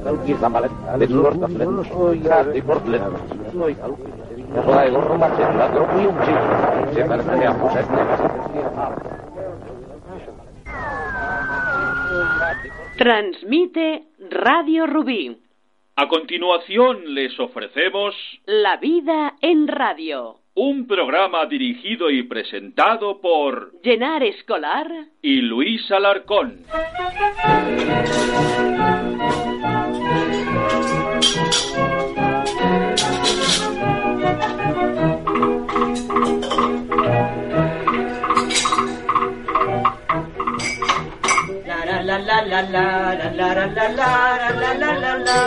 Transmite Radio Rubí. A continuación les ofrecemos La vida en radio. Un programa dirigido y presentado por Llenar Escolar y Luis Alarcón. La la la la la la la la la la la la la.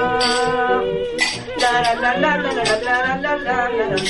La la la la la la la la la la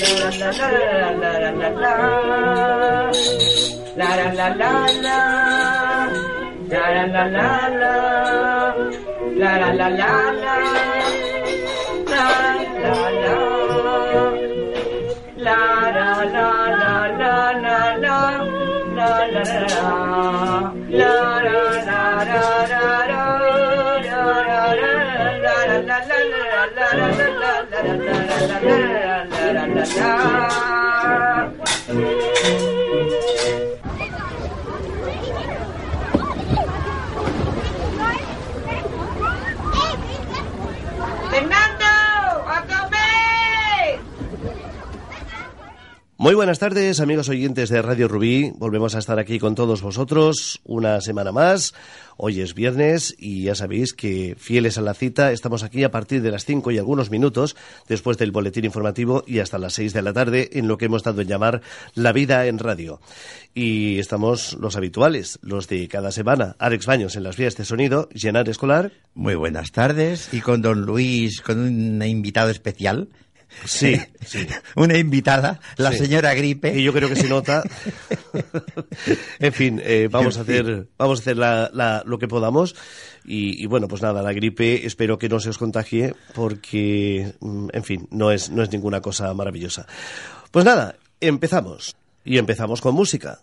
Muy buenas tardes, amigos oyentes de Radio Rubí. Volvemos a estar aquí con todos vosotros una semana más. Hoy es viernes y ya sabéis que, fieles a la cita, estamos aquí a partir de las 5 y algunos minutos, después del boletín informativo, y hasta las 6 de la tarde, en lo que hemos dado en llamar La Vida en Radio. Y estamos los habituales, los de cada semana. Alex Baños en las vías de sonido, Llenar Escolar. Muy buenas tardes, y con don Luis, con un invitado especial. Sí, sí. Una invitada, la señora Gripe. Y yo creo que se nota. En fin, vamos a hacer lo que podamos. Y bueno, pues nada, la gripe espero que no se os contagie porque, en fin, no es ninguna cosa maravillosa. Pues nada, empezamos. Y empezamos con música.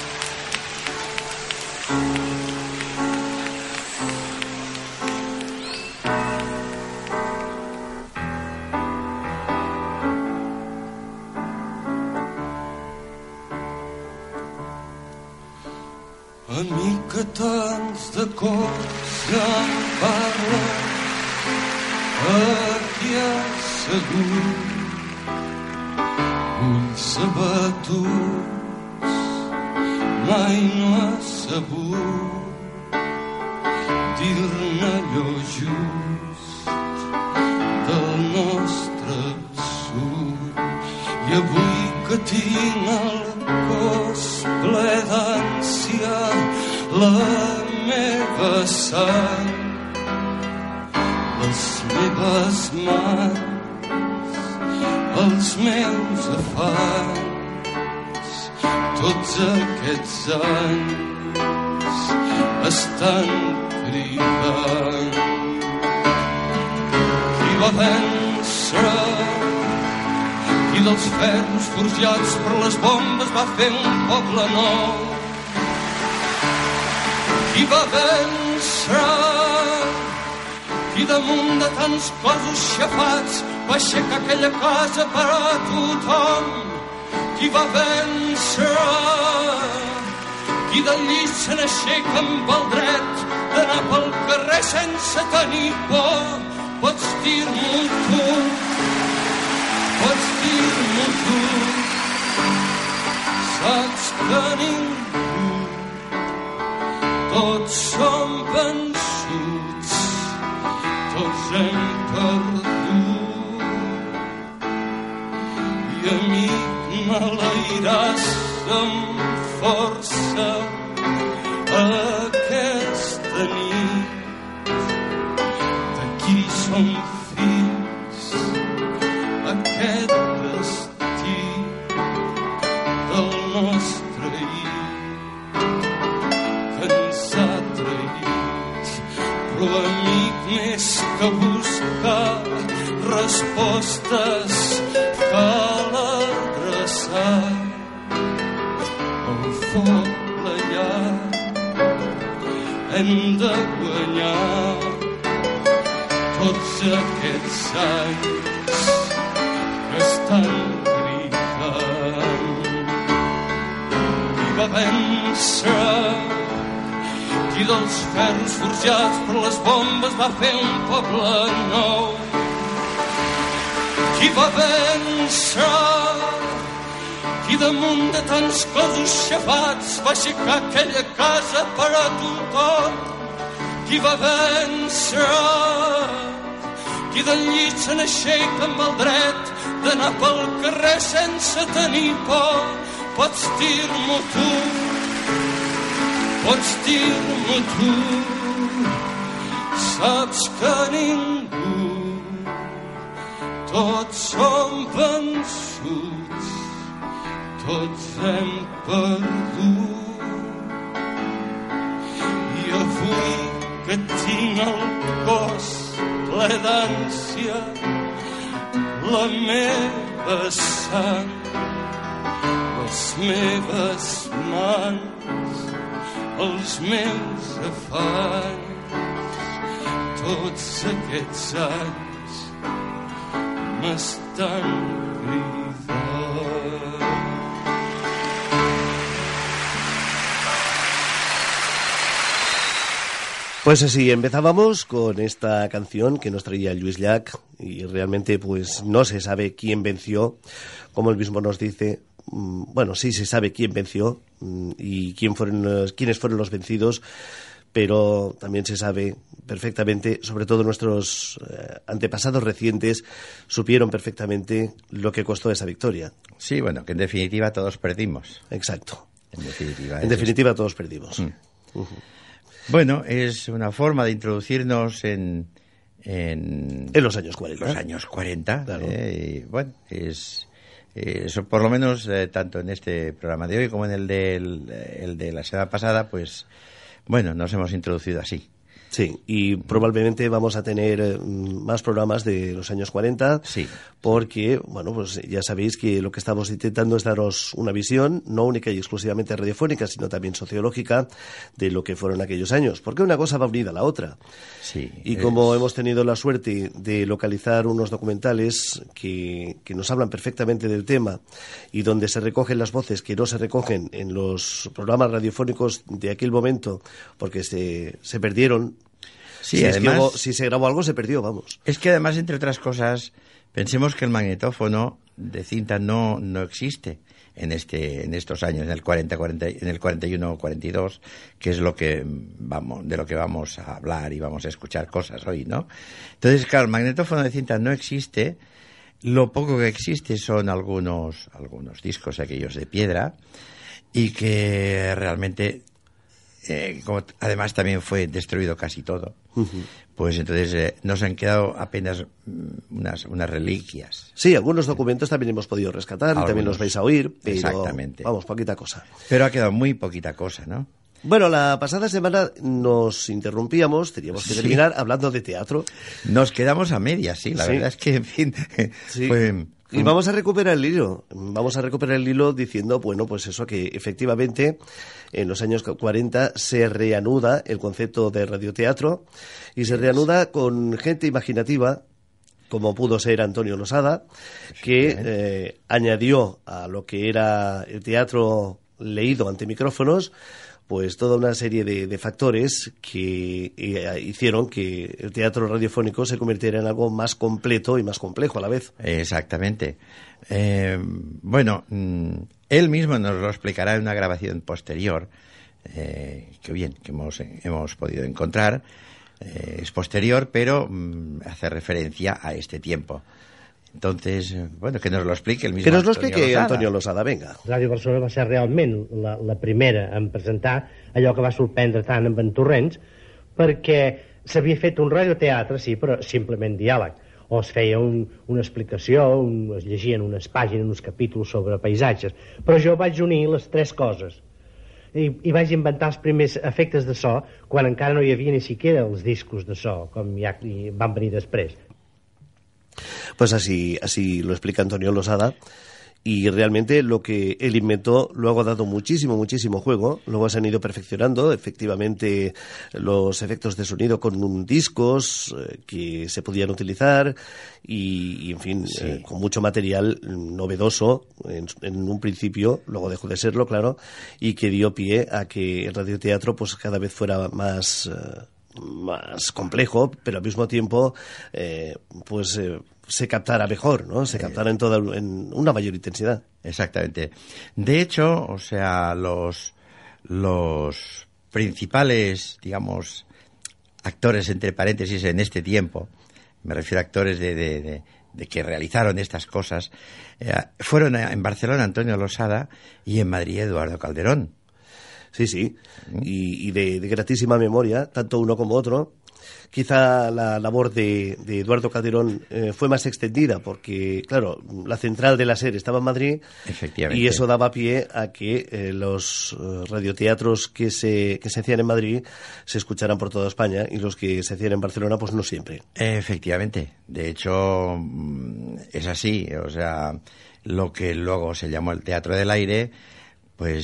Amic, que tants de cors em parla, aquí assegut, ulls abatuts, mai no ha sabut dir-ne allò just del nostre absurd. I avui que tinc el cos ple d'ànsia, la meva sang, les meves mans, els meus afanys, tots aquests anys estan cridant. Qui va vèncer? Qui dels ferros forjats per les bombes va fer un poble nou? Qui va vèncer? Qui damunt de tants cossos xafats va aixecar aquella casa per a tothom? Qui va vèncer? Qui del llit se n'aixeca amb el dret d'anar pel carrer sense tenir por? Pots dir-m'ho tu, pots dir-m'ho tu, saps que ningú, tots som vençuts, tots hem perdut. I amic, maleiràs amb força aquesta nit, de qui som fills, aquest destí del nostre ahir que ens ha traït. Però amic, més que buscar respostes cal adreçar el foc la llar. Hem de guanyar tots aquests anys que estan gridant. Qui va vèncer? Qui dels ferros forjats per les bombes va fer un poble nou? Qui va vèncer? Qui damunt de tants cossos xafats va aixecar aquella casa per a tothom? Qui va vèncer? Qui del llit se n'aixeca amb el dret d'anar pel carrer sense tenir por? Pots dir-m'ho tu, pots dir-m'ho tu, saps que ningú, tots som vençuts, tots hem perdut. I avui que tinc el cos ple d'ànsia, la meva sang, les meves mans, els meus afanys, tots aquests anys m'estan cridant. Pues así empezábamos con esta canción que nos traía Lluís Llach y realmente pues no se sabe quién venció, como él mismo nos dice. Bueno, sí se sabe quién venció y quiénes fueron los vencidos, pero también se sabe perfectamente, sobre todo nuestros antepasados recientes supieron perfectamente lo que costó esa victoria. Sí, bueno, que en definitiva todos perdimos. Exacto. En definitiva todos perdimos. Uh-huh. Bueno, es una forma de introducirnos en los años 40. Los años 40. Claro. Y bueno, eso por lo menos tanto en este programa de hoy como en el de la semana pasada, pues bueno, nos hemos introducido así. Sí, y probablemente vamos a tener más programas de los años 40, sí, porque, bueno, pues ya sabéis que lo que estamos intentando es daros una visión, no única y exclusivamente radiofónica, sino también sociológica, de lo que fueron aquellos años, porque una cosa va unida a la otra. Sí, y como hemos tenido la suerte de localizar unos documentales que nos hablan perfectamente del tema y donde se recogen las voces que no se recogen en los programas radiofónicos de aquel momento, porque se perdieron. Sí, si además, si se grabó algo, se perdió, vamos. Es que además, entre otras cosas, pensemos que el magnetófono de cinta no existe en estos años, en el 41-42, que es de lo que vamos a hablar y vamos a escuchar cosas hoy, ¿no? Entonces, claro, el magnetófono de cinta no existe. Lo poco que existe son algunos discos, aquellos de piedra, y que realmente, como además también fue destruido casi todo, uh-huh, pues entonces nos han quedado apenas unas reliquias. Sí, algunos documentos también hemos podido rescatar, y también los vais a oír, pero exactamente, vamos, poquita cosa. Pero ha quedado muy poquita cosa, ¿no? Bueno, la pasada semana nos interrumpíamos, teníamos que terminar hablando de teatro. Nos quedamos a medias, sí, la verdad es que, en fin, sí. Y vamos a recuperar el hilo diciendo, bueno, pues eso, que efectivamente en los años 40 se reanuda el concepto de radioteatro y se reanuda con gente imaginativa, como pudo ser Antonio Losada, que añadió a lo que era el teatro leído ante micrófonos, pues toda una serie de factores que hicieron que el teatro radiofónico se convirtiera en algo más completo y más complejo a la vez. Exactamente. Bueno, él mismo nos lo explicará en una grabación posterior, que hemos podido encontrar. Es posterior, pero hace referencia a este tiempo. Entonces, bueno, que nos lo explique el mismo. Que nos lo explique Antonio Losada, venga. Ràdio Barcelona va ser realment la primera en presentar allò que va sorprendre tant en Torrents, perquè s'havia fet un radioteatre, sí, però simplement diàleg. O es feia una explicació, es llegien unes pàgines, uns capítols sobre paisatges. Però jo vaig unir les tres coses. I vaig inventar els primers efectes de so quan encara no hi havia ni siquiera els discos de so, com ja van venir després. Pues así lo explica Antonio Losada. Y realmente lo que él inventó luego ha dado muchísimo juego. Luego se han ido perfeccionando, efectivamente, los efectos de sonido con discos que se podían utilizar y en fin, Sí. con mucho material novedoso en un principio, luego dejó de serlo, claro, y que dio pie a que el radioteatro pues cada vez fuera más complejo, pero al mismo tiempo se captara mejor, ¿no? Se captara en una mayor intensidad. Exactamente. De hecho, o sea, los principales, digamos, actores, entre paréntesis, en este tiempo, me refiero a actores de que realizaron estas cosas, fueron en Barcelona Antonio Losada y en Madrid Eduardo Calderón. Sí. Y de gratísima memoria, tanto uno como otro. Quizá la labor de Eduardo Calderón fue más extendida porque, claro, la central de la SER estaba en Madrid. Efectivamente. Y eso daba pie a que los radioteatros que se hacían en Madrid se escucharan por toda España y los que se hacían en Barcelona, pues no siempre. Efectivamente. De hecho, es así. O sea, lo que luego se llamó el Teatro del Aire, pues,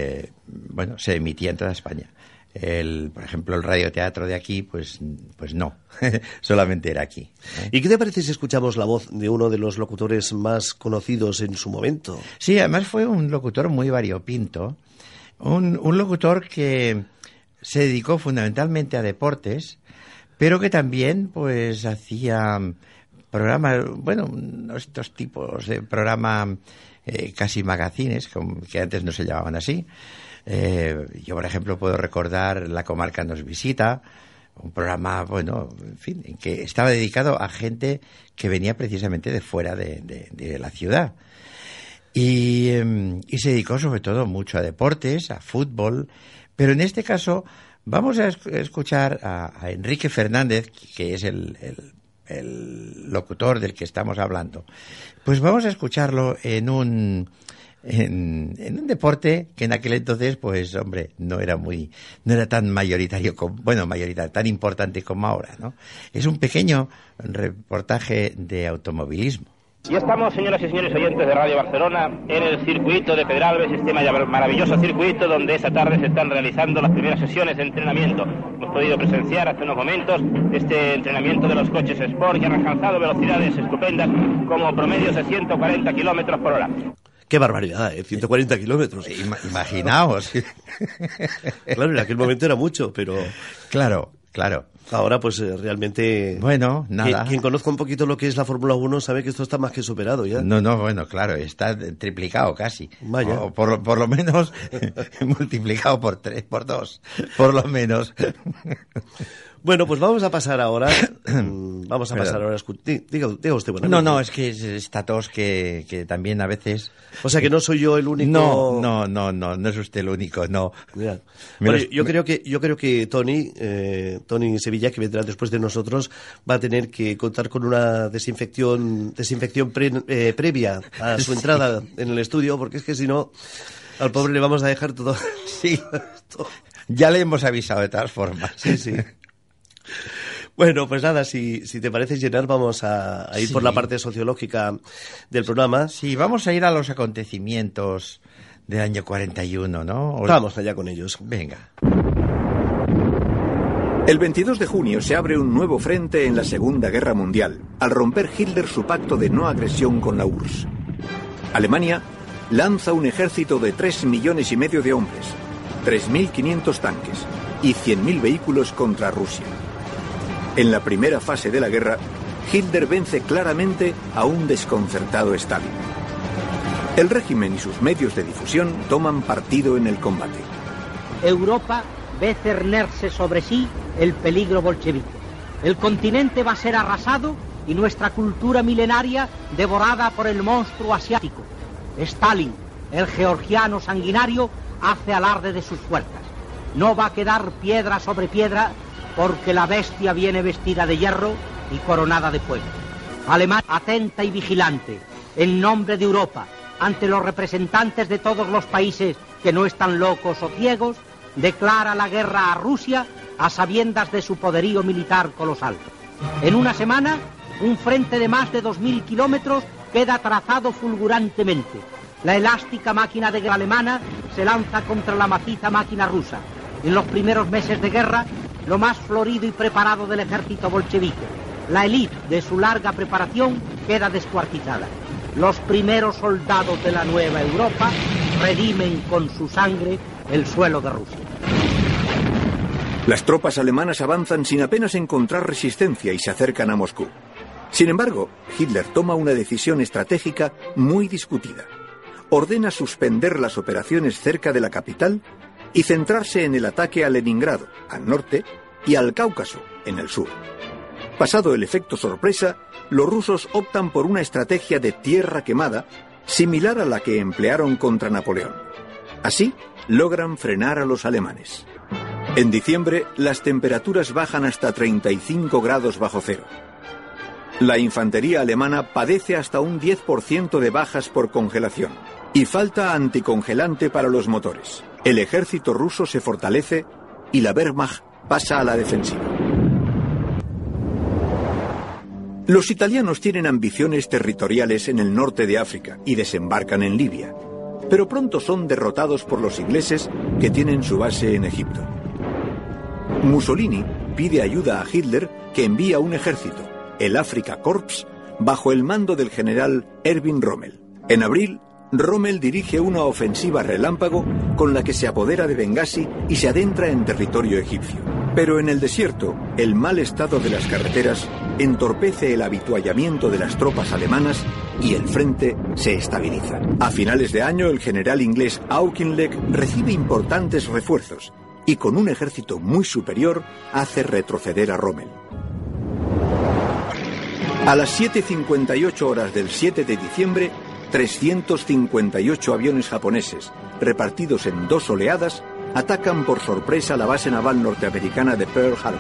se emitía en toda España. Por ejemplo, el radioteatro de aquí, pues no, solamente era aquí. ¿Y qué te parece si escuchamos la voz de uno de los locutores más conocidos en su momento? Sí, además fue un locutor muy variopinto, un locutor que se dedicó fundamentalmente a deportes, pero que también pues hacía programas, estos tipos de programa casi magazines, que antes no se llamaban así. Yo, por ejemplo, puedo recordar La Comarca nos visita, un programa, en fin, en que estaba dedicado a gente que venía precisamente de fuera de la ciudad. Y se dedicó sobre todo mucho a deportes, a fútbol, pero en este caso vamos a escuchar a Enrique Fernández, que es el locutor del que estamos hablando. Pues vamos a escucharlo en un deporte que en aquel entonces, pues, hombre, no era tan mayoritario, tan importante como ahora, ¿no? Es un pequeño reportaje de automovilismo. Y estamos, señoras y señores oyentes de Radio Barcelona, en el circuito de Pedralbes, este maravilloso circuito donde esta tarde se están realizando las primeras sesiones de entrenamiento. Hemos podido presenciar hace unos momentos este entrenamiento de los coches Sport que han alcanzado velocidades estupendas como promedios de 140 kilómetros por hora. ¡Qué barbaridad! 140 kilómetros. Imaginaos. Claro, en aquel momento era mucho, pero... Claro. Ahora, pues realmente... Bueno, nada. Quien conozca un poquito lo que es la Fórmula 1 sabe que esto está más que superado ya. No, claro, está triplicado casi. Vaya. O por lo menos multiplicado por 3, por 2, por lo menos. Bueno, pues vamos a pasar ahora. Diga usted. Bueno, No, es que esta tos que también a veces. O sea que no soy yo el único. No es usted el único, no. Yeah. Bueno, yo creo que Tony Sevilla, que vendrá después de nosotros, va a tener que contar con una desinfección previa a su entrada en el estudio, porque es que si no, al pobre le vamos a dejar todo. Sí. Ya le hemos avisado de todas formas. Sí. Bueno, pues nada, si te parece, Gerard, vamos a ir por la parte sociológica del programa. Sí, vamos a ir a los acontecimientos del año 41, ¿no? Vamos allá con ellos. Venga. El 22 de junio se abre un nuevo frente en la Segunda Guerra Mundial, al romper Hitler su pacto de no agresión con la URSS. Alemania lanza un ejército de 3,5 millones de hombres, 3.500 tanques y 100.000 vehículos contra Rusia. En la primera fase de la guerra, Hitler vence claramente a un desconcertado Stalin. El régimen y sus medios de difusión toman partido en el combate. Europa ve cernerse sobre sí el peligro bolchevique. El continente va a ser arrasado y nuestra cultura milenaria devorada por el monstruo asiático. Stalin, el georgiano sanguinario, hace alarde de sus fuerzas. No va a quedar piedra sobre piedra porque la bestia viene vestida de hierro y coronada de fuego. Alemania, atenta y vigilante, en nombre de Europa, ante los representantes de todos los países que no están locos o ciegos, declara la guerra a Rusia a sabiendas de su poderío militar colosal. En una semana, un frente de más de 2.000 kilómetros queda trazado fulgurantemente. La elástica máquina de guerra alemana se lanza contra la maciza máquina rusa. En los primeros meses de guerra, lo más florido y preparado del ejército bolchevique, la élite de su larga preparación, queda descuartizada. Los primeros soldados de la nueva Europa redimen con su sangre el suelo de Rusia. Las tropas alemanas avanzan sin apenas encontrar resistencia y se acercan a Moscú. Sin embargo, Hitler toma una decisión estratégica muy discutida. Ordena suspender las operaciones cerca de la capital y centrarse en el ataque a Leningrado, al norte, y al Cáucaso, en el sur. Pasado el efecto sorpresa, los rusos optan por una estrategia de tierra quemada similar a la que emplearon contra Napoleón. Así, logran frenar a los alemanes. En diciembre, las temperaturas bajan hasta 35 grados bajo cero. La infantería alemana padece hasta un 10% de bajas por congelación y falta anticongelante para los motores. El ejército ruso se fortalece y la Wehrmacht pasa a la defensiva. Los italianos tienen ambiciones territoriales en el norte de África y desembarcan en Libia, pero pronto son derrotados por los ingleses que tienen su base en Egipto. Mussolini pide ayuda a Hitler, que envía un ejército, el Afrika Korps, bajo el mando del general Erwin Rommel. En abril, Rommel dirige una ofensiva relámpago con la que se apodera de Bengasi y se adentra en territorio egipcio. Pero en el desierto, el mal estado de las carreteras entorpece el habituallamiento de las tropas alemanas y el frente se estabiliza. A finales de año, el general inglés Auchinleck recibe importantes refuerzos y con un ejército muy superior hace retroceder a Rommel. A las 7:58 horas del 7 de diciembre, 358 aviones japoneses, repartidos en 2 oleadas, atacan por sorpresa la base naval norteamericana de Pearl Harbor.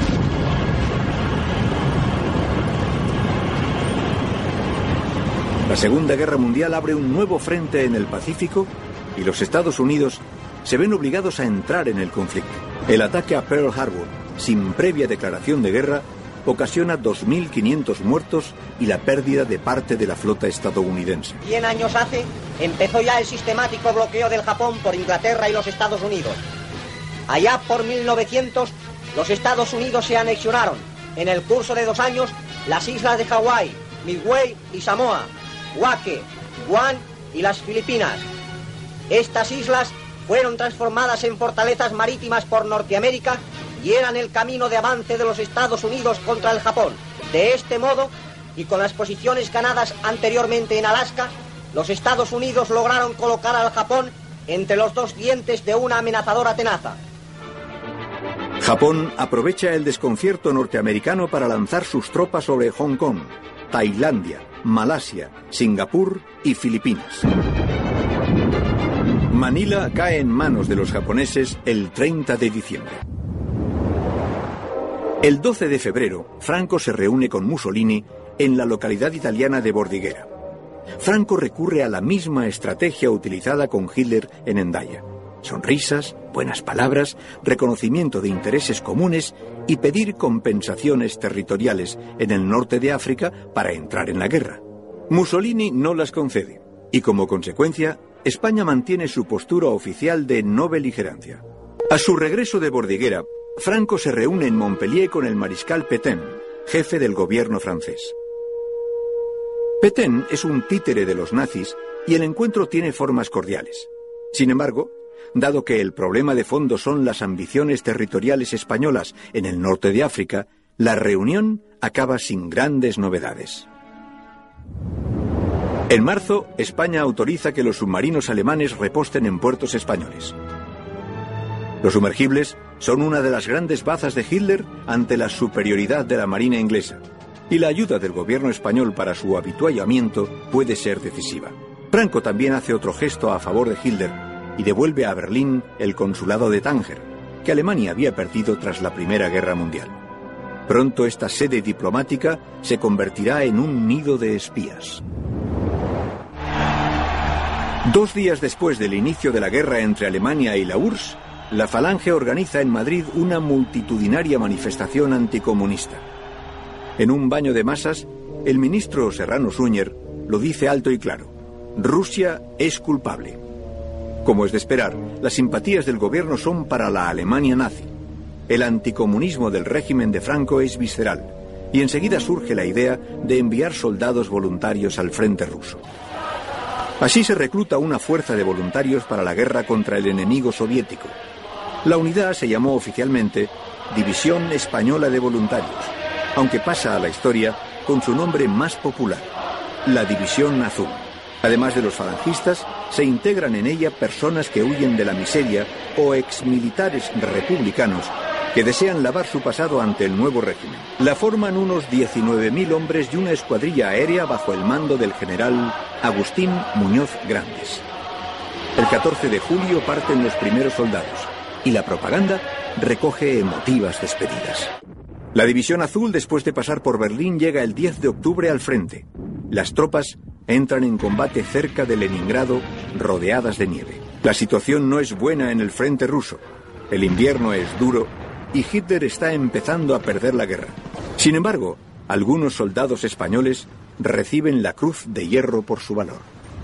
La Segunda Guerra Mundial abre un nuevo frente en el Pacífico y los Estados Unidos se ven obligados a entrar en el conflicto. El ataque a Pearl Harbor, sin previa declaración de guerra, ocasiona 2.500 muertos y la pérdida de parte de la flota estadounidense. 100 años hace, empezó ya el sistemático bloqueo del Japón por Inglaterra y los Estados Unidos. Allá por 1900, los Estados Unidos se anexionaron, en el curso de 2 años, las islas de Hawái, Midway y Samoa, Wake, Guam y las Filipinas. Estas islas fueron transformadas en fortalezas marítimas por Norteamérica y eran el camino de avance de los Estados Unidos contra el Japón. De este modo, y con las posiciones ganadas anteriormente en Alaska, los Estados Unidos lograron colocar al Japón entre los 2 dientes de una amenazadora tenaza. Japón aprovecha el desconcierto norteamericano para lanzar sus tropas sobre Hong Kong, Tailandia, Malasia, Singapur y Filipinas. Manila cae en manos de los japoneses el 30 de diciembre. El 12 de febrero, Franco se reúne con Mussolini en la localidad italiana de Bordighera. Franco recurre a la misma estrategia utilizada con Hitler en Hendaya. Sonrisas, buenas palabras, reconocimiento de intereses comunes y pedir compensaciones territoriales en el norte de África para entrar en la guerra. Mussolini no las concede y, como consecuencia, España mantiene su postura oficial de no beligerancia. A su regreso de Bordighera, Franco se reúne en Montpellier con el mariscal Pétain, jefe del gobierno francés. Pétain es un títere de los nazis y el encuentro tiene formas cordiales. Sin embargo, dado que el problema de fondo son las ambiciones territoriales españolas en el norte de África, la reunión acaba sin grandes novedades. En marzo, España autoriza que los submarinos alemanes reposten en puertos españoles. Los sumergibles son una de las grandes bazas de Hitler ante la superioridad de la marina inglesa, y la ayuda del gobierno español para su habituallamiento puede ser decisiva. Franco también hace otro gesto a favor de Hitler y devuelve a Berlín el consulado de Tánger, que Alemania había perdido tras la Primera Guerra Mundial. Pronto esta sede diplomática se convertirá en un nido de espías. 2 días después del inicio de la guerra entre Alemania y la URSS, la Falange organiza en Madrid una multitudinaria manifestación anticomunista. En un baño de masas, el ministro Serrano Suñer lo dice alto y claro: Rusia es culpable. Como es de esperar, las simpatías del gobierno son para la Alemania nazi. El anticomunismo del régimen de Franco es visceral, y enseguida surge la idea de enviar soldados voluntarios al frente ruso. Así se recluta una fuerza de voluntarios para la guerra contra el enemigo soviético. La unidad se llamó oficialmente División Española de Voluntarios, aunque pasa a la historia con su nombre más popular, la División Azul. Además de los falangistas, se integran en ella personas que huyen de la miseria o exmilitares republicanos que desean lavar su pasado ante el nuevo régimen. La forman unos 19.000 hombres y una escuadrilla aérea bajo el mando del general Agustín Muñoz Grandes. El 14 de julio parten los primeros soldados y la propaganda recoge emotivas despedidas. La División Azul, después de pasar por Berlín, llega el 10 de octubre al frente. Las tropas entran en combate cerca de Leningrado, rodeadas de nieve. La situación no es buena en el frente ruso. El invierno es duro y Hitler está empezando a perder la guerra. Sin embargo, algunos soldados españoles reciben la Cruz de Hierro por su valor.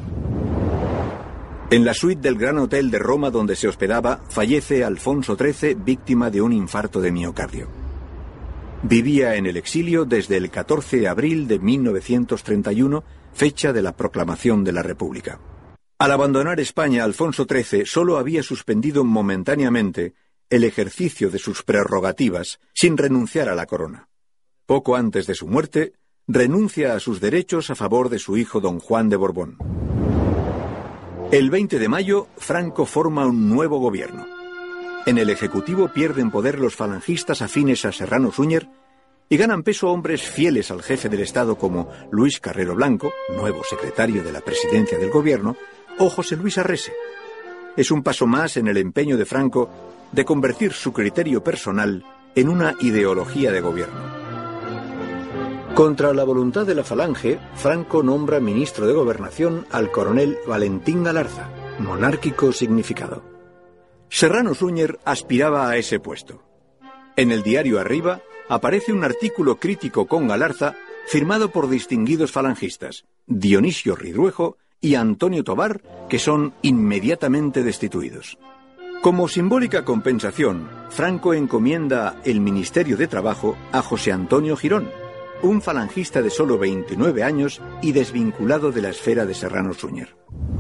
En la suite del Gran Hotel de Roma donde se hospedaba, fallece Alfonso XIII, víctima de un infarto de miocardio. Vivía en el exilio desde el 14 de abril de 1931, fecha de la proclamación de la República. Al abandonar España, Alfonso XIII solo había suspendido momentáneamente el ejercicio de sus prerrogativas sin renunciar a la corona. Poco antes de su muerte, renuncia a sus derechos a favor de su hijo don Juan de Borbón. El 20 de mayo, Franco forma un nuevo gobierno. En el Ejecutivo pierden poder los falangistas afines a Serrano Suñer y ganan peso hombres fieles al jefe del Estado como Luis Carrero Blanco, nuevo secretario de la presidencia del gobierno, o José Luis Arrese. Es un paso más en el empeño de Franco de convertir su criterio personal en una ideología de gobierno. Contra la voluntad de la Falange, Franco nombra ministro de Gobernación al coronel Valentín Galarza, monárquico significado. Serrano Suñer aspiraba a ese puesto. En el diario Arriba aparece un artículo crítico con Galarza firmado por distinguidos falangistas, Dionisio Ridruejo y Antonio Tobar, que son inmediatamente destituidos. Como simbólica compensación, Franco encomienda el Ministerio de Trabajo a José Antonio Girón, un falangista de solo 29 años y desvinculado de la esfera de Serrano Suñer.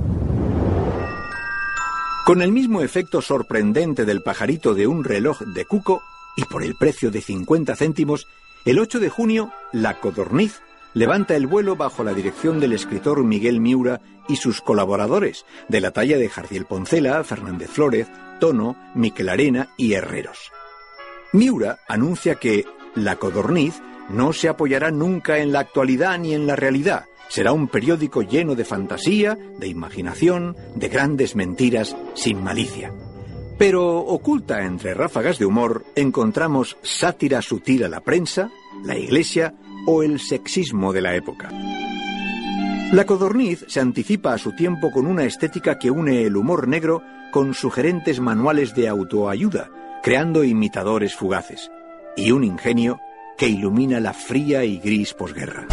Con el mismo efecto sorprendente del pajarito de un reloj de cuco, y por el precio de 50 céntimos, el 8 de junio, la Codorniz levanta el vuelo bajo la dirección del escritor Miguel Miura y sus colaboradores, de la talla de Jardiel Poncela, Fernández Flórez, Tono, Miquel Arena y Herreros. Miura anuncia que la Codorniz no se apoyará nunca en la actualidad ni en la realidad. Será un periódico lleno de fantasía, de imaginación, de grandes mentiras, sin malicia. Pero oculta entre ráfagas de humor encontramos sátira sutil a la prensa, la Iglesia o el sexismo de la época. La Codorniz se anticipa a su tiempo con una estética que une el humor negro con sugerentes manuales de autoayuda, creando imitadores fugaces, y un ingenio que ilumina la fría y gris posguerra.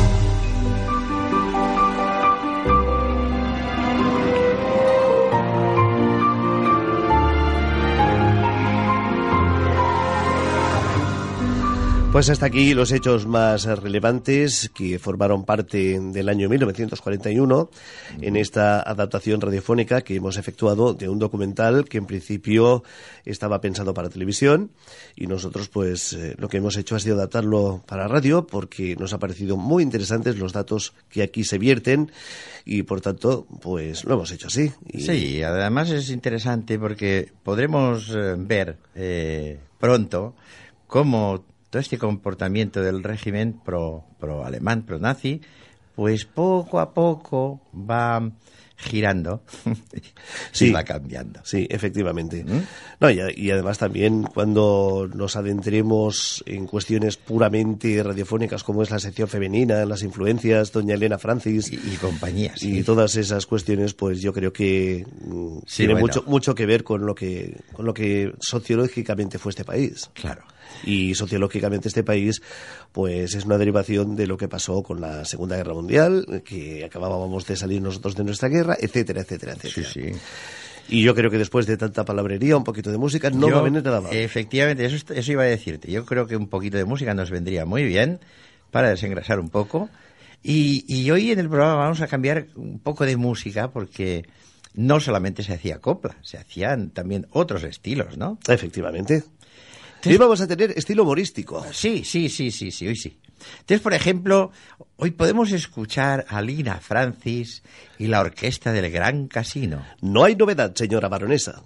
Pues hasta aquí los hechos más relevantes que formaron parte del año 1941 en esta adaptación radiofónica que hemos efectuado de un documental que en principio estaba pensado para televisión y nosotros pues lo que hemos hecho ha sido adaptarlo para radio porque nos ha parecido muy interesantes los datos que aquí se vierten y por tanto pues lo hemos hecho así. Sí, además es interesante porque podremos ver pronto cómo todo este comportamiento del régimen pro alemán, pro nazi, pues poco a poco va girando, sí, va cambiando. Sí, efectivamente. No, y además también cuando nos adentremos en cuestiones puramente radiofónicas, como es la sección femenina, las influencias, doña Elena Francis y compañía, y todas esas cuestiones, pues yo creo que tiene mucho que ver con lo que sociológicamente fue este país. Claro. Y sociológicamente este país pues es una derivación de lo que pasó con la Segunda Guerra Mundial, que acabábamos de salir nosotros de nuestra guerra, etcétera, etcétera, etcétera. Sí. Y yo creo que después de tanta palabrería, un poquito de música no va a venir nada mal. Efectivamente, eso iba a decirte. Yo creo que un poquito de música nos vendría muy bien para desengrasar un poco. Y hoy en el programa vamos a cambiar un poco de música porque no solamente se hacía copla, se hacían también otros estilos, ¿no? Efectivamente. Hoy vamos a tener estilo humorístico. Sí, hoy sí. Entonces, por ejemplo, hoy podemos escuchar a Lina Francis y la orquesta del Gran Casino. No hay novedad, señora baronesa.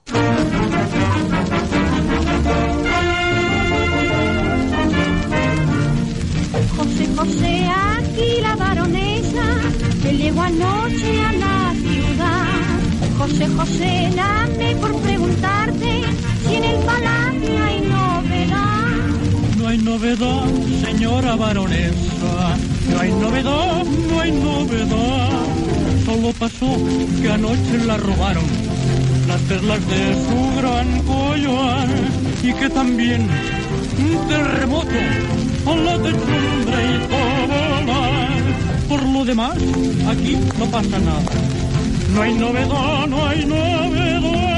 José, José, aquí la baronesa, que llegó anoche a la ciudad. José, José, dame por preguntarte si en el palacio hay novedad. No hay novedad, señora baronesa, no hay novedad, no hay novedad. Solo pasó que anoche la robaron las perlas de su gran collar y que también un terremoto a la techumbre hizo volar. Por lo demás, aquí no pasa nada. No hay novedad, no hay novedad.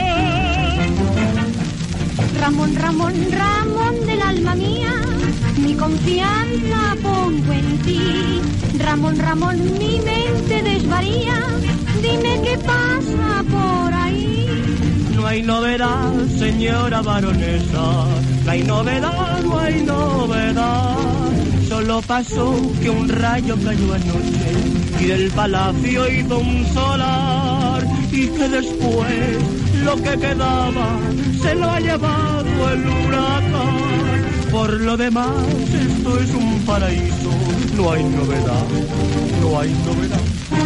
Ramón, Ramón, Ramón del alma mía, mi confianza pongo en ti. Ramón, Ramón, mi mente desvaría, dime qué pasa por ahí. No hay novedad, señora baronesa, no hay novedad, no hay novedad. Solo pasó que un rayo cayó anoche y del palacio hizo un solar y que después lo que quedaba se lo ha llevado el huracán. Por lo demás esto es un paraíso, no hay novedad, no hay novedad.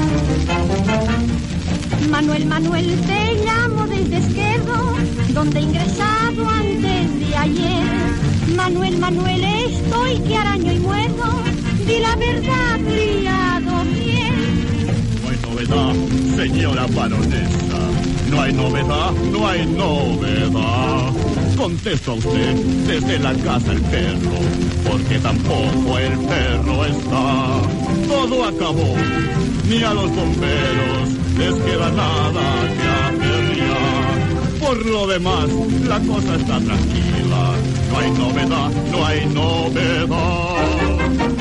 Manuel, Manuel, te llamo desde Esquerdo, donde he ingresado antes de ayer. Manuel, Manuel, estoy que araño y muerdo, di la verdad, criado bien. No hay novedad, señora baronesa, no hay novedad, no hay novedad. Contesto a usted desde la casa el perro, porque tampoco el perro está. Todo acabó, ni a los bomberos les queda nada que hacer ya. Por lo demás, la cosa está tranquila, no hay novedad, no hay novedad.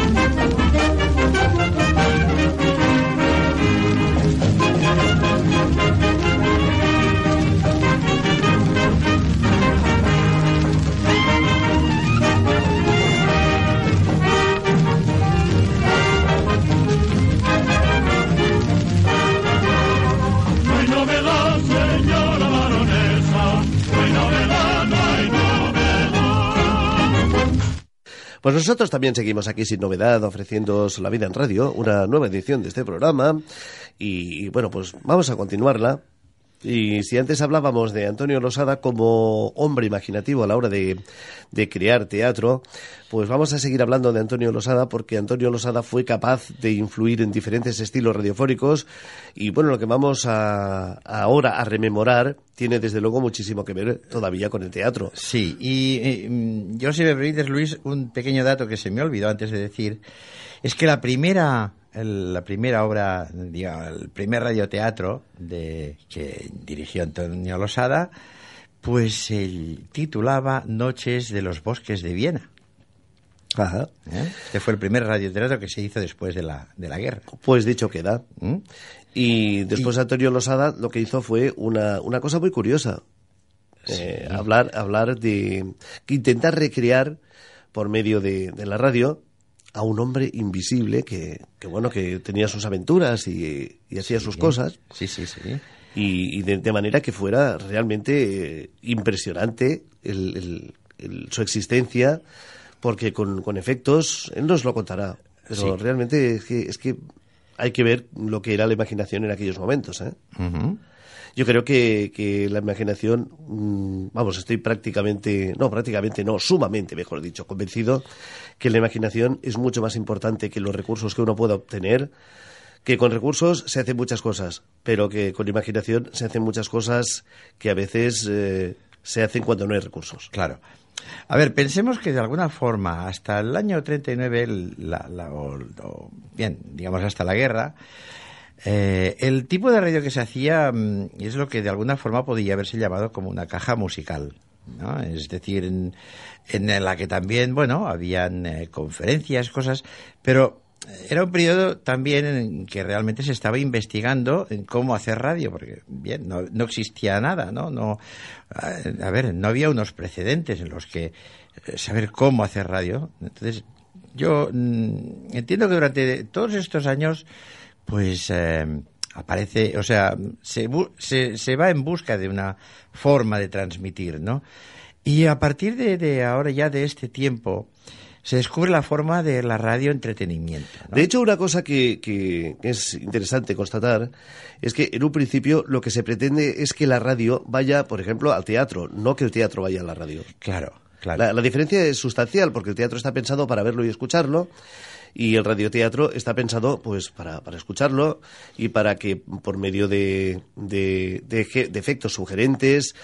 Pues nosotros también seguimos aquí sin novedad, ofreciéndoos La Vida en Radio, una nueva edición de este programa. Y bueno, pues vamos a continuarla. Y si antes hablábamos de Antonio Losada como hombre imaginativo a la hora de crear teatro, pues vamos a seguir hablando de Antonio Losada porque Antonio Losada fue capaz de influir en diferentes estilos radiofónicos y bueno, lo que vamos ahora a rememorar tiene desde luego muchísimo que ver todavía con el teatro. Sí, y yo si me permites, Luis, un pequeño dato que se me olvidó antes de decir, es que la primera obra, digamos, el primer radioteatro que dirigió Antonio Losada, pues se titulaba Noches de los Bosques de Viena. Ajá. Este fue el primer radioteatro que se hizo después de la guerra. Pues dicho queda. Y después Antonio Losada lo que hizo fue una cosa muy curiosa. Sí. Hablar de intentar recrear por medio de la radio a un hombre invisible que tenía sus aventuras y hacía sus cosas. Sí. Y de manera que fuera realmente impresionante su existencia, porque con efectos, él nos lo contará. Pero realmente es que hay que ver lo que era la imaginación en aquellos momentos, ¿eh? Uh-huh. Yo creo que la imaginación, estoy sumamente, mejor dicho, convencido que la imaginación es mucho más importante que los recursos que uno pueda obtener, que con recursos se hacen muchas cosas, pero que con imaginación se hacen muchas cosas que a veces se hacen cuando no hay recursos. Claro. A ver, pensemos que de alguna forma hasta el año 39, digamos hasta la guerra, el tipo de radio que se hacía es lo que de alguna forma podía haberse llamado como una caja musical, ¿no? Es decir, en la que también, habían conferencias, cosas, pero era un periodo también en que realmente se estaba investigando en cómo hacer radio, porque bien, no existía nada, ¿no? No había unos precedentes en los que saber cómo hacer radio. Entonces, yo entiendo que durante todos estos años, pues aparece, o sea, se va en busca de una forma de transmitir, ¿no? Y a partir de ahora ya de este tiempo se descubre la forma de la radio entretenimiento, ¿no? De hecho, una cosa que es interesante constatar es que en un principio lo que se pretende es que la radio vaya, por ejemplo, al teatro, no que el teatro vaya a la radio. Claro. La diferencia es sustancial, porque el teatro está pensado para verlo y escucharlo, y el radioteatro está pensado pues para escucharlo y para que por medio de efectos sugerentes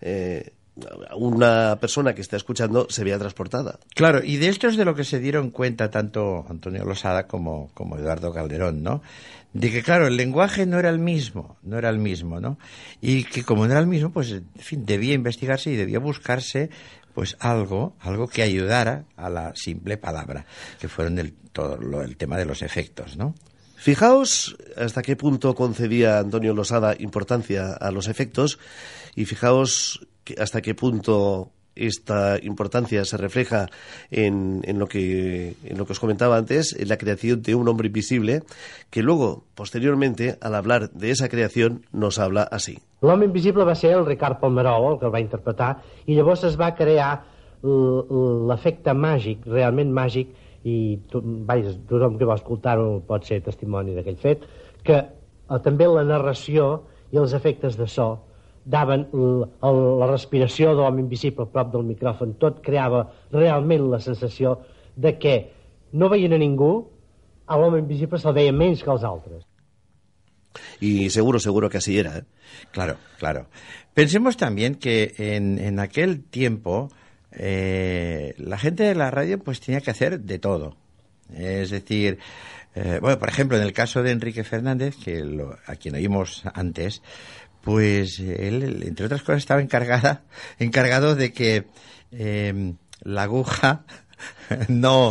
una persona que está escuchando se vea transportada. Claro, y de esto es de lo que se dieron cuenta tanto Antonio Losada como Eduardo Calderón, ¿no? De que, claro, el lenguaje no era el mismo, ¿no? Y que como no era el mismo, pues, en fin, debía investigarse y debía buscarse pues algo que ayudara a la simple palabra, que fueron el tema de los efectos, ¿no? Fijaos hasta qué punto concedía Antonio Losada importancia a los efectos y fijaos hasta qué punto esta importancia se refleja en lo que os comentaba antes, en la creación de un hombre invisible, que luego, posteriormente, al hablar de esa creación, nos habla así. L'home invisible va ser el Ricard Palmerol, el que el va interpretar, i llavors es va crear l'efecte màgic, realment màgic, i tothom que va escoltar-ho pot ser testimoni d'aquell fet, que també la narració i els efectes de so daven la respiració de l'home invisible a prop del micròfon, tot creava realment la sensació de que no veien a ningú, a l'home invisible se'l veia menys que els altres. Y seguro que así era, ¿eh? Claro. Pensemos también que en aquel tiempo la gente de la radio pues tenía que hacer de todo. Es decir, por ejemplo, en el caso de Enrique Fernández, a quien oímos antes, pues él, entre otras cosas, estaba encargado de que la aguja no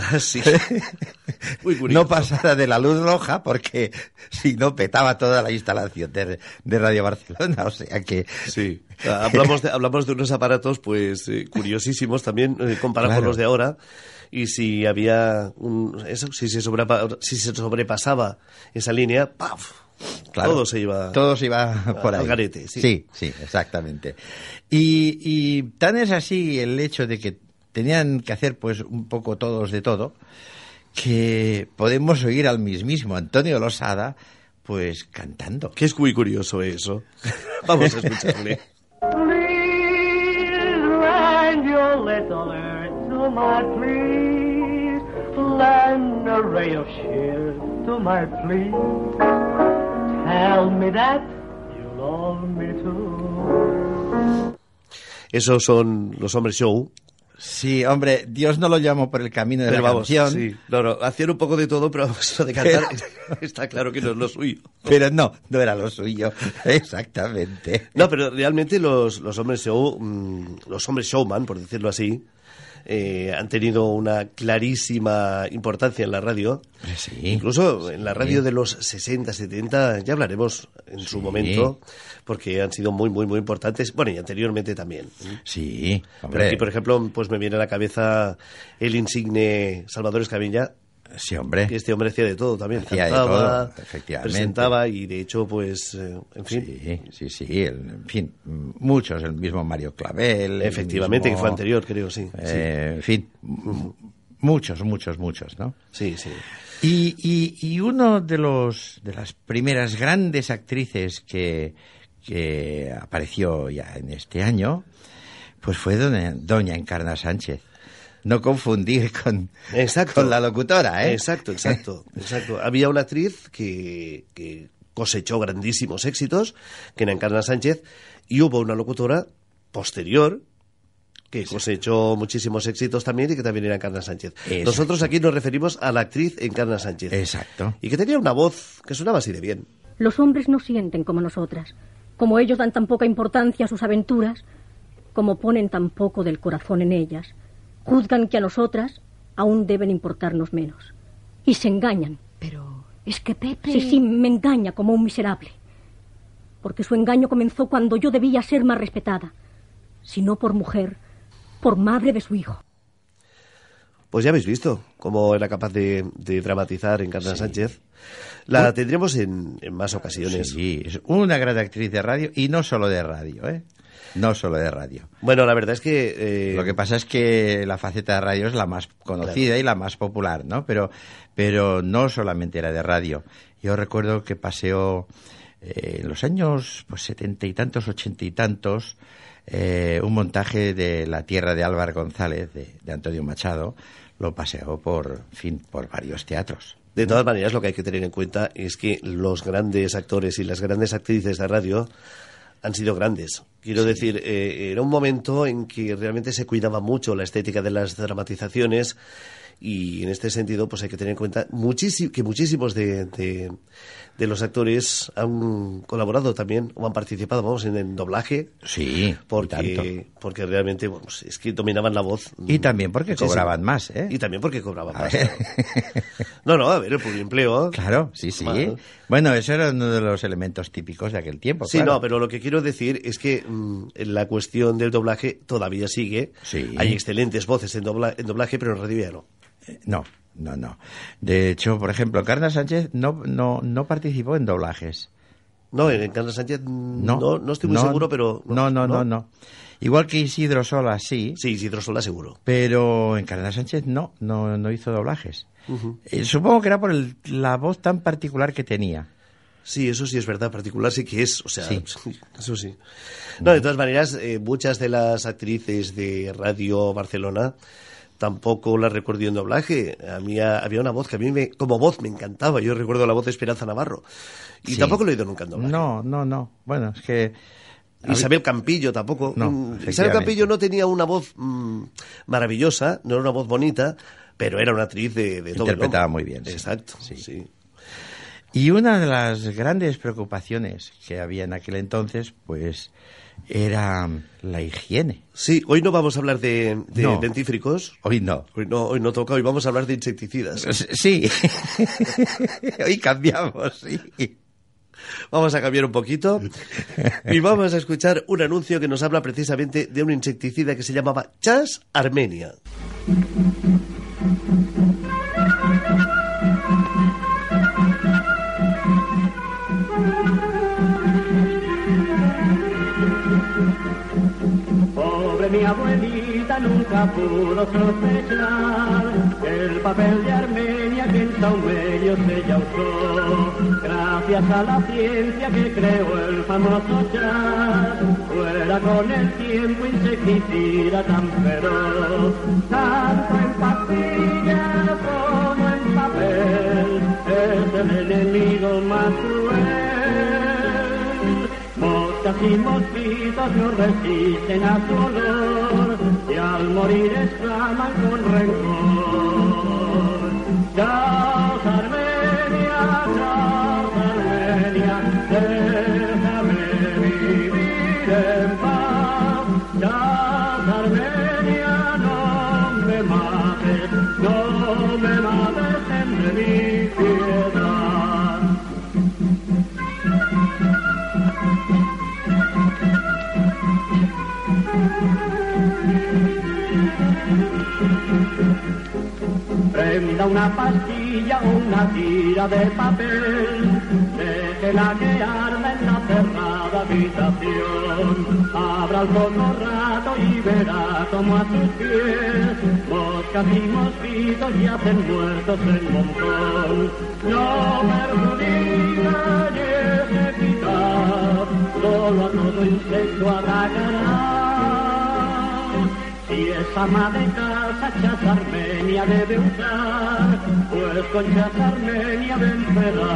pasara de la luz roja, porque si no petaba toda la instalación de Radio Barcelona, o sea que... Sí, hablamos de unos aparatos pues curiosísimos también, comparados con los de ahora, y si había si se sobrepasaba esa línea, ¡paf!, claro, todo se iba por ahí. Al garete, sí, exactamente. Y tan es así el hecho de que tenían que hacer pues un poco todos de todo, que podemos oír al mismísimo Antonio Losada pues cantando. Que es muy curioso eso. Vamos a escucharle. Please lend your little ear to my pleas, lend a ray of cheer to my plea. Tell me that you love me too. Esos son los hombres show. Sí, hombre, Dios no lo llamó por el camino de la canción. Sí, hacían un poco de todo, pero eso de cantar está claro que no es lo suyo. Pero no era lo suyo, exactamente. No, pero realmente los hombres show, los hombres showman, por decirlo así, han tenido una clarísima importancia en la radio. Sí, incluso en la radio de los 60, 70, ya hablaremos en su momento, porque han sido muy, muy, muy importantes. Bueno, y anteriormente también. Sí, hombre. Pero aquí, por ejemplo, pues me viene a la cabeza el insigne Salvador Escamilla. Sí, hombre. Que este hombre hacía de todo también. Hacía cantaba, de todo, efectivamente. Presentaba y, de hecho, pues, en fin. Sí. En fin, muchos. El mismo Mario Clavel. Efectivamente, que fue anterior, creo, sí. En fin, Muchos, ¿no? Sí, sí. Y uno de las primeras grandes actrices que apareció ya en este año, pues fue doña Encarna Sánchez. No confundir con la locutora, ¿eh? Exacto. Había una actriz que cosechó grandísimos éxitos, que era Encarna Sánchez, y hubo una locutora posterior que cosechó muchísimos éxitos también y que también era Encarna Sánchez. Exacto. Nosotros aquí nos referimos a la actriz Encarna Sánchez. Exacto. Y que tenía una voz que sonaba así de bien. Los hombres no sienten como nosotras. Como ellos dan tan poca importancia a sus aventuras, como ponen tan poco del corazón en ellas, juzgan que a nosotras aún deben importarnos menos. Y se engañan. Pero es que Pepe... Sí, me engaña como un miserable. Porque su engaño comenzó cuando yo debía ser más respetada. Si no por mujer, por madre de su hijo. Pues ya habéis visto cómo era capaz de dramatizar Encarna Sánchez. La tendremos en más ocasiones. Sí, es una gran actriz de radio, y no solo de radio, ¿eh? No solo de radio. Bueno, la verdad es que... Lo que pasa es que la faceta de radio es la más conocida, claro, y la más popular, ¿no? Pero no solamente era de radio. Yo recuerdo que paseó en los años 70 y tantos, 80 y tantos, un montaje de La tierra de Álvaro González, de Antonio Machado, lo paseó por varios teatros. De todas maneras, lo que hay que tener en cuenta es que los grandes actores y las grandes actrices de radio han sido grandes. Quiero decir, era un momento en que realmente se cuidaba mucho la estética de las dramatizaciones, y en este sentido pues hay que tener en cuenta que muchísimos de los actores han colaborado también o han participado, en doblaje. Sí, porque realmente es que dominaban la voz. Y también porque cobraban más, ¿eh? Y también porque cobraban más. Claro. A ver, el publicempleo. Claro, sí. Claro. Bueno, eso era uno de los elementos típicos de aquel tiempo. Sí, claro. No, pero lo que quiero decir es que la cuestión del doblaje todavía sigue. Sí. Hay excelentes voces en doblaje, pero en radio ya no. No. De hecho, por ejemplo, Encarna Sánchez no participó en doblajes. No, en Encarna Sánchez no estoy muy seguro, pero... No. Igual que Isidro Sola, sí. Sí, Isidro Sola seguro. Pero Encarna Sánchez no hizo doblajes. Uh-huh. Supongo que era por la voz tan particular que tenía. Sí, eso sí es verdad, particular sí que es, sí. Eso sí. No, de todas maneras, muchas de las actrices de Radio Barcelona tampoco la recuerdo en doblaje. A mí había una voz que a mí como voz me encantaba. Yo recuerdo la voz de Esperanza Navarro. Y tampoco lo he oído nunca en doblaje. No. Bueno, es que... Isabel Campillo tampoco. No, Isabel Campillo no tenía una voz maravillosa, no era una voz bonita, pero era una actriz de todo. Interpretaba muy bien. Exacto, sí. Y una de las grandes preocupaciones que había en aquel entonces, pues, era la higiene. Sí, hoy no vamos a hablar de dentífricos. Hoy no. Hoy no toca, hoy vamos a hablar de insecticidas. Sí. Hoy cambiamos, sí. Vamos a cambiar un poquito y vamos a escuchar un anuncio que nos habla precisamente de un insecticida que se llamaba Chas Armenia. Pobre mi abuelita nunca pudo sospechar que el papel de Armenia que en Saumerio se ya usó. Gracias a la ciencia que creó el famoso Chas, fuera con el tiempo insecticida tan feroz. Tanto en pastillas como en papel, es el enemigo más cruel. Moscas y mosquitos no resisten a su olor y al morir exclaman con rencor. Chas Armenia, déjame vivir en paz. Chas Armenia, no me mates en mi piedad. Prenda una pastilla o una tira de papel, déjela que arda en la cerrada agitación. Abra el fondo rato y verá como a sus pies moscas y mosquitos yacen muertos en montón. No perjudica ni es eficaz, solo a todo insecto atacará. Si es ama de casa, Chazarmenia debe usar, pues con Chazarmenia vencerá.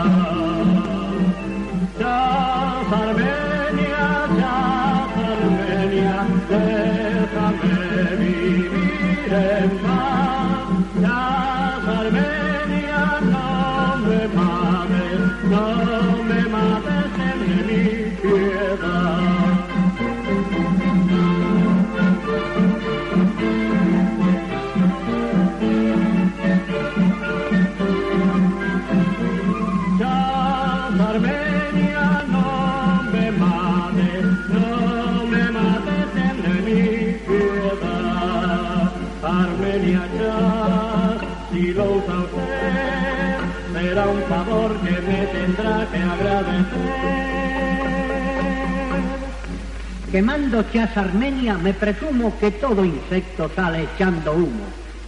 Chazarmenia, Chazarmenia, déjame vivir en paz. Chazarmenia, no me mates en mi piedad. Armenia, no me mates en mi piedad. Armenia ya, si lo usa usted, será un favor que me tendrá que agradecer. Quemando Chazarmenia, me presumo que todo insecto sale echando humo.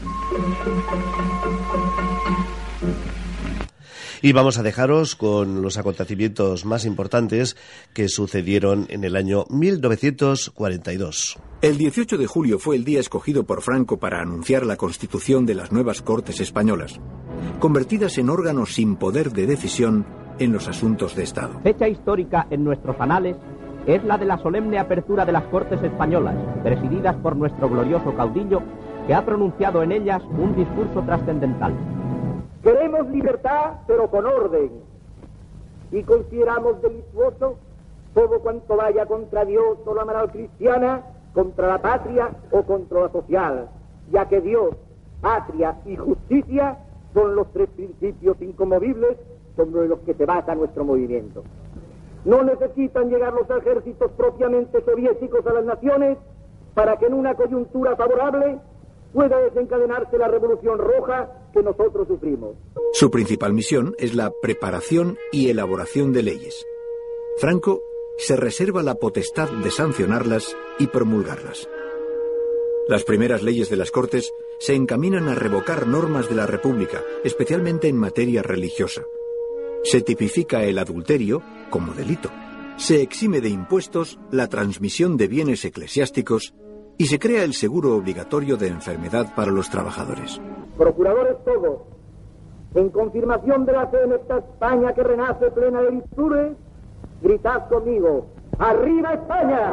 Y vamos a dejaros con los acontecimientos más importantes que sucedieron en el año 1942. El 18 de julio fue el día escogido por Franco para anunciar la constitución de las nuevas Cortes Españolas, convertidas en órganos sin poder de decisión en los asuntos de Estado. Fecha histórica en nuestros anales es la de la solemne apertura de las Cortes Españolas, presididas por nuestro glorioso caudillo, que ha pronunciado en ellas un discurso trascendental. Queremos libertad, pero con orden, y consideramos delictuoso todo cuanto vaya contra Dios o la moral cristiana, contra la patria o contra la social, ya que Dios, patria y justicia son los tres principios inconmovibles sobre los que se basa nuestro movimiento. No necesitan llegar los ejércitos propiamente soviéticos a las naciones para que en una coyuntura favorable pueda desencadenarse la revolución roja que nosotros sufrimos. Su principal misión es la preparación y elaboración de leyes. Franco se reserva la potestad de sancionarlas y promulgarlas. Las primeras leyes de las Cortes se encaminan a revocar normas de la República, especialmente en materia religiosa. Se tipifica el adulterio como delito. Se exime de impuestos la transmisión de bienes eclesiásticos y se crea el seguro obligatorio de enfermedad para los trabajadores. Procuradores todos, en confirmación de la fe en esta España que renace plena de virtudes, gritad conmigo: ¡Arriba España!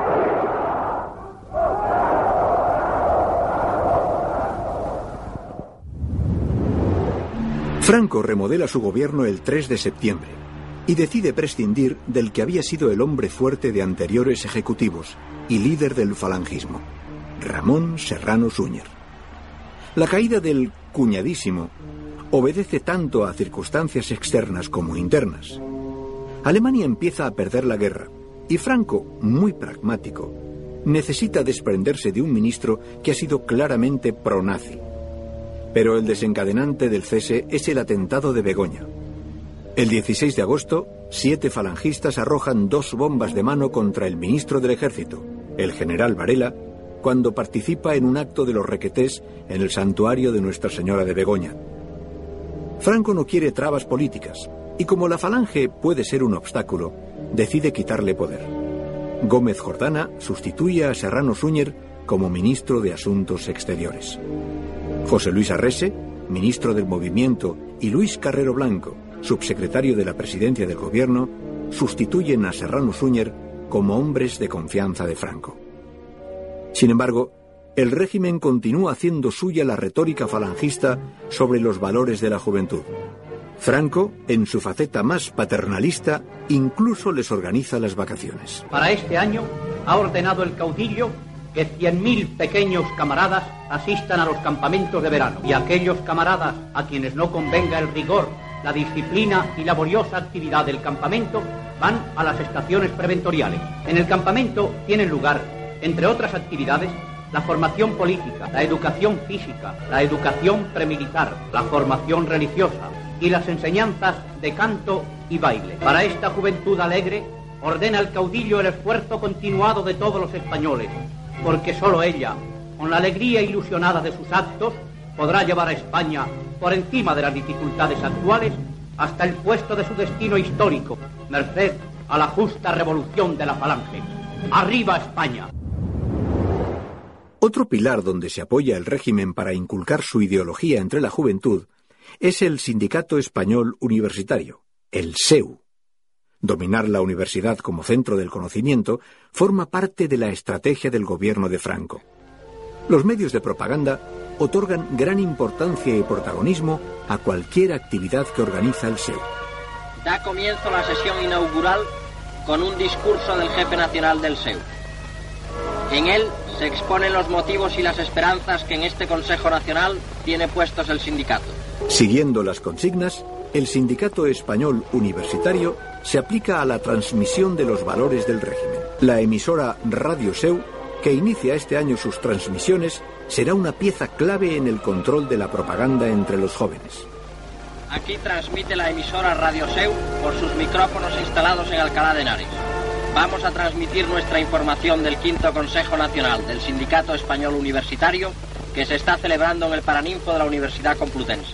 Franco remodela su gobierno el 3 de septiembre y decide prescindir del que había sido el hombre fuerte de anteriores ejecutivos y líder del falangismo, Ramón Serrano Súñer. La caída del cuñadísimo obedece tanto a circunstancias externas como internas. Alemania empieza a perder la guerra y Franco, muy pragmático, necesita desprenderse de un ministro que ha sido claramente pro-nazi. Pero el desencadenante del cese es el atentado de Begoña. El 16 de agosto, 7 falangistas arrojan 2 bombas de mano contra el ministro del Ejército, el general Varela, cuando participa en un acto de los requetés en el santuario de Nuestra Señora de Begoña. Franco no quiere trabas políticas, y como la falange puede ser un obstáculo, decide quitarle poder. Gómez Jordana sustituye a Serrano Súñer como ministro de Asuntos Exteriores. José Luis Arrese, ministro del Movimiento, y Luis Carrero Blanco, subsecretario de la Presidencia del Gobierno, sustituyen a Serrano Súñer como hombres de confianza de Franco. Sin embargo, el régimen continúa haciendo suya la retórica falangista sobre los valores de la juventud. Franco, en su faceta más paternalista, incluso les organiza las vacaciones. Para este año ha ordenado el caudillo que 100.000 pequeños camaradas asistan a los campamentos de verano, y aquellos camaradas a quienes no convenga el rigor, la disciplina y laboriosa actividad del campamento van a las estaciones preventoriales. En el campamento tienen lugar, entre otras actividades, la formación política, la educación física, la educación premilitar, la formación religiosa y las enseñanzas de canto y baile. Para esta juventud alegre, ordena al caudillo el esfuerzo continuado de todos los españoles, porque sólo ella, con la alegría ilusionada de sus actos, podrá llevar a España, por encima de las dificultades actuales, hasta el puesto de su destino histórico, merced a la justa revolución de la Falange. ¡Arriba España! Otro pilar donde se apoya el régimen para inculcar su ideología entre la juventud es el Sindicato Español Universitario, el SEU. Dominar la universidad como centro del conocimiento forma parte de la estrategia del gobierno de Franco. Los medios de propaganda otorgan gran importancia y protagonismo a cualquier actividad que organiza el SEU. Da comienzo la sesión inaugural con un discurso del jefe nacional del SEU. En él se exponen los motivos y las esperanzas que en este Consejo Nacional tiene puestos el sindicato. Siguiendo las consignas, el Sindicato Español Universitario se aplica a la transmisión de los valores del régimen. La emisora Radio SEU, que inicia este año sus transmisiones, será una pieza clave en el control de la propaganda entre los jóvenes. Aquí transmite la emisora Radio SEU por sus micrófonos instalados en Alcalá de Henares. Vamos a transmitir nuestra información del quinto Consejo Nacional del Sindicato Español Universitario, que se está celebrando en el Paraninfo de la Universidad Complutense.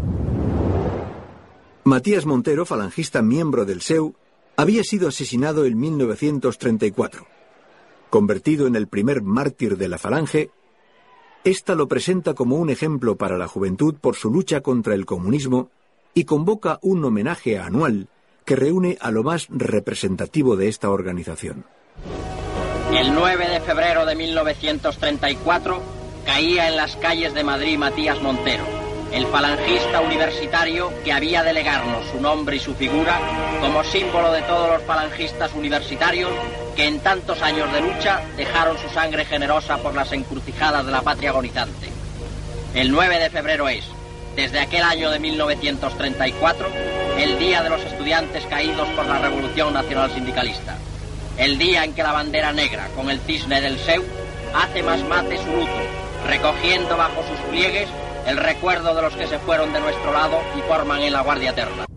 Matías Montero, falangista miembro del SEU, había sido asesinado en 1934. Convertido en el primer mártir de la Falange, esta lo presenta como un ejemplo para la juventud por su lucha contra el comunismo y convoca un homenaje anual que reúne a lo más representativo de esta organización. El 9 de febrero de 1934 caía en las calles de Madrid Matías Montero, el falangista universitario que había de legarnos su nombre y su figura como símbolo de todos los falangistas universitarios que en tantos años de lucha dejaron su sangre generosa por las encrucijadas de la patria agonizante. El 9 de febrero es, desde aquel año de 1934, el día de los estudiantes caídos por la Revolución Nacional Sindicalista. El día en que la bandera negra, con el cisne del SEU, hace más mate su luto, recogiendo bajo sus pliegues el recuerdo de los que se fueron de nuestro lado y forman en la Guardia Eterna.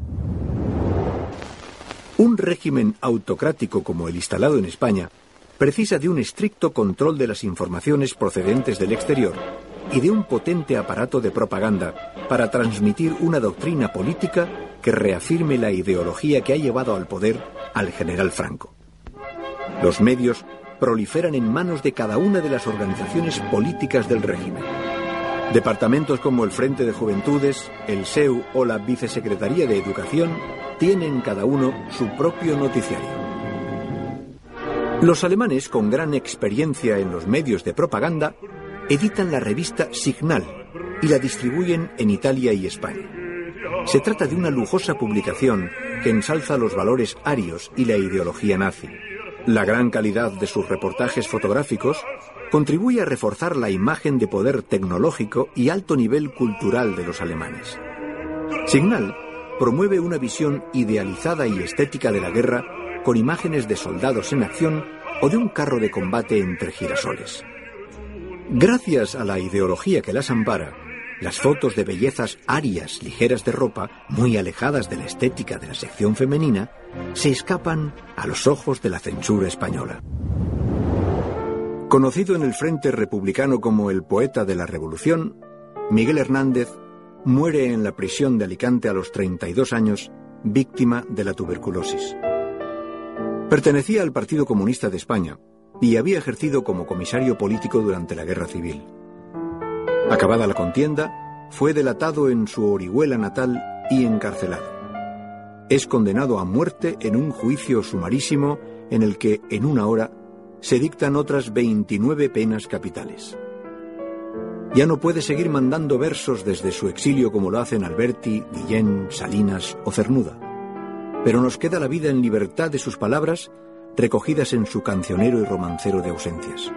Un régimen autocrático como el instalado en España precisa de un estricto control de las informaciones procedentes del exterior y de un potente aparato de propaganda para transmitir una doctrina política que reafirme la ideología que ha llevado al poder al general Franco. Los medios proliferan en manos de cada una de las organizaciones políticas del régimen. Departamentos como el Frente de Juventudes, el SEU o la Vicesecretaría de Educación tienen cada uno su propio noticiario. Los alemanes, con gran experiencia en los medios de propaganda, editan la revista Signal y la distribuyen en Italia y España. Se trata de una lujosa publicación que ensalza los valores arios y la ideología nazi. La gran calidad de sus reportajes fotográficos contribuye a reforzar la imagen de poder tecnológico y alto nivel cultural de los alemanes. Signal promueve una visión idealizada y estética de la guerra con imágenes de soldados en acción o de un carro de combate entre girasoles. Gracias a la ideología que las ampara, las fotos de bellezas arias ligeras de ropa, muy alejadas de la estética de la sección femenina, se escapan a los ojos de la censura española. Conocido en el Frente Republicano como el poeta de la Revolución, Miguel Hernández muere en la prisión de Alicante a los 32 años, víctima de la tuberculosis. Pertenecía al Partido Comunista de España y había ejercido como comisario político durante la Guerra Civil. Acabada la contienda, fue delatado en su Orihuela natal y encarcelado. Es condenado a muerte en un juicio sumarísimo en el que, en una hora, se dictan otras 29 penas capitales. Ya no puede seguir mandando versos desde su exilio como lo hacen Alberti, Guillén, Salinas o Cernuda. Pero nos queda la vida en libertad de sus palabras, recogidas en su cancionero y romancero de ausencias.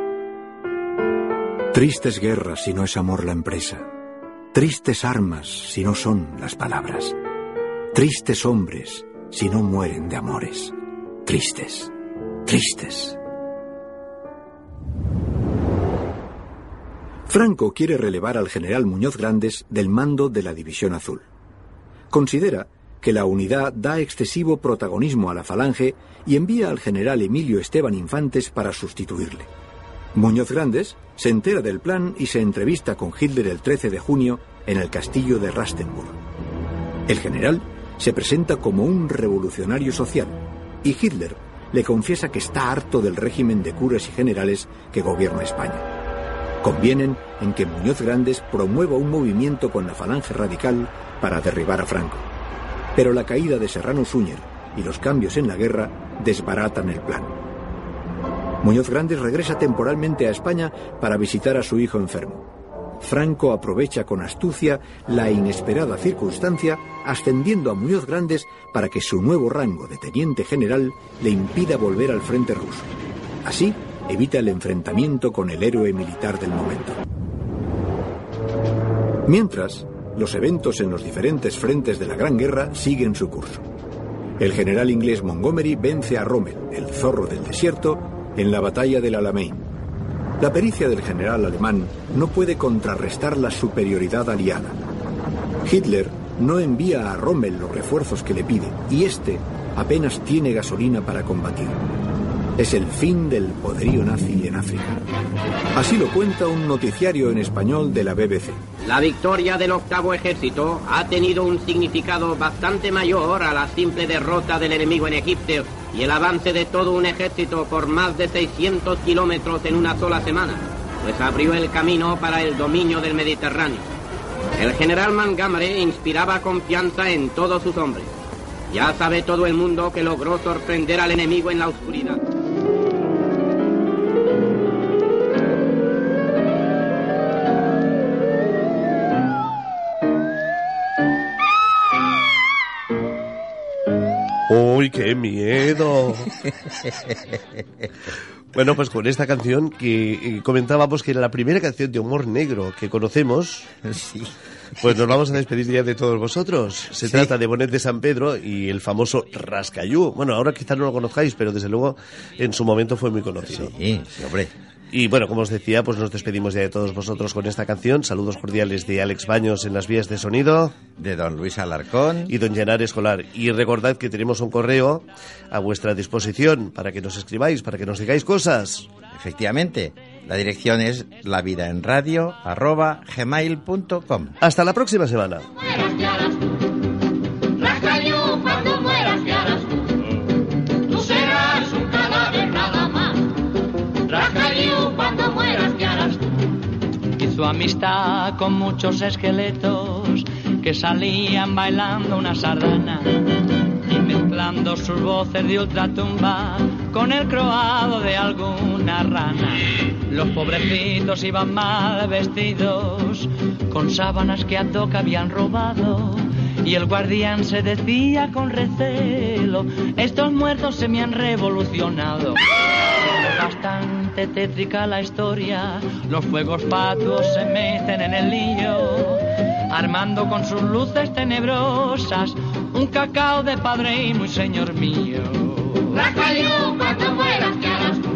Tristes guerras si no es amor la empresa, tristes armas si no son las palabras, tristes hombres si no mueren de amores, tristes, tristes. Franco quiere relevar al general Muñoz Grandes del mando de la División Azul. Considera que la unidad da excesivo protagonismo a la Falange y envía al general Emilio Esteban Infantes para sustituirle. Muñoz Grandes se entera del plan y se entrevista con Hitler el 13 de junio en el castillo de Rastenburg. El general se presenta como un revolucionario social y Hitler le confiesa que está harto del régimen de curas y generales que gobierna España. Convienen en que Muñoz Grandes promueva un movimiento con la Falange Radical para derribar a Franco. Pero la caída de Serrano Súñer y los cambios en la guerra desbaratan el plan. Muñoz Grandes regresa temporalmente a España para visitar a su hijo enfermo. Franco aprovecha con astucia la inesperada circunstancia, ascendiendo a Muñoz Grandes para que su nuevo rango de teniente general le impida volver al frente ruso. Así, evita el enfrentamiento con el héroe militar del momento. Mientras, los eventos en los diferentes frentes de la Gran Guerra siguen su curso. El general inglés Montgomery vence a Rommel, el zorro del desierto, en la batalla del Alamein. La pericia del general alemán no puede contrarrestar la superioridad aliada. Hitler no envía a Rommel los refuerzos que le pide y este apenas tiene gasolina para combatir. Es el fin del poderío nazi en África. Así lo cuenta un noticiario en español de la BBC. La victoria del 8º Ejército ha tenido un significado bastante mayor a la simple derrota del enemigo en Egipto y el avance de todo un ejército por más de 600 kilómetros en una sola semana, pues abrió el camino para el dominio del Mediterráneo. El general Montgomery inspiraba confianza en todos sus hombres. Ya sabe todo el mundo que logró sorprender al enemigo en la oscuridad. ¡Uy, qué miedo! Bueno, pues con esta canción que comentábamos que era la primera canción de humor negro que conocemos, sí. Pues nos vamos a despedir ya de todos vosotros. Se trata de Bonet de San Pedro y el famoso Rascayú. Bueno, ahora quizás no lo conozcáis, pero desde luego en su momento fue muy conocido. Sí, hombre. Y bueno, como os decía, pues nos despedimos ya de todos vosotros con esta canción. Saludos cordiales de Alex Baños en las vías de sonido. De don Luis Alarcón. Y don Llenar Escolar. Y recordad que tenemos un correo a vuestra disposición para que nos escribáis, para que nos digáis cosas. Efectivamente. La dirección es lavidaenradio@gmail.com. Hasta la próxima semana. Y su amistad con muchos esqueletos que salían bailando una sardana y mezclando sus voces de ultratumba con el croado de alguna rana. Los pobrecitos iban mal vestidos con sábanas que a toca habían robado y el guardián se decía con recelo: estos muertos se me han revolucionado. Bastante tétrica la historia, los fuegos fatuos se meten en el lío, armando con sus luces tenebrosas un cacao de padre y muy señor mío. Rascayú, cuando mueras, ¿qué harás tú?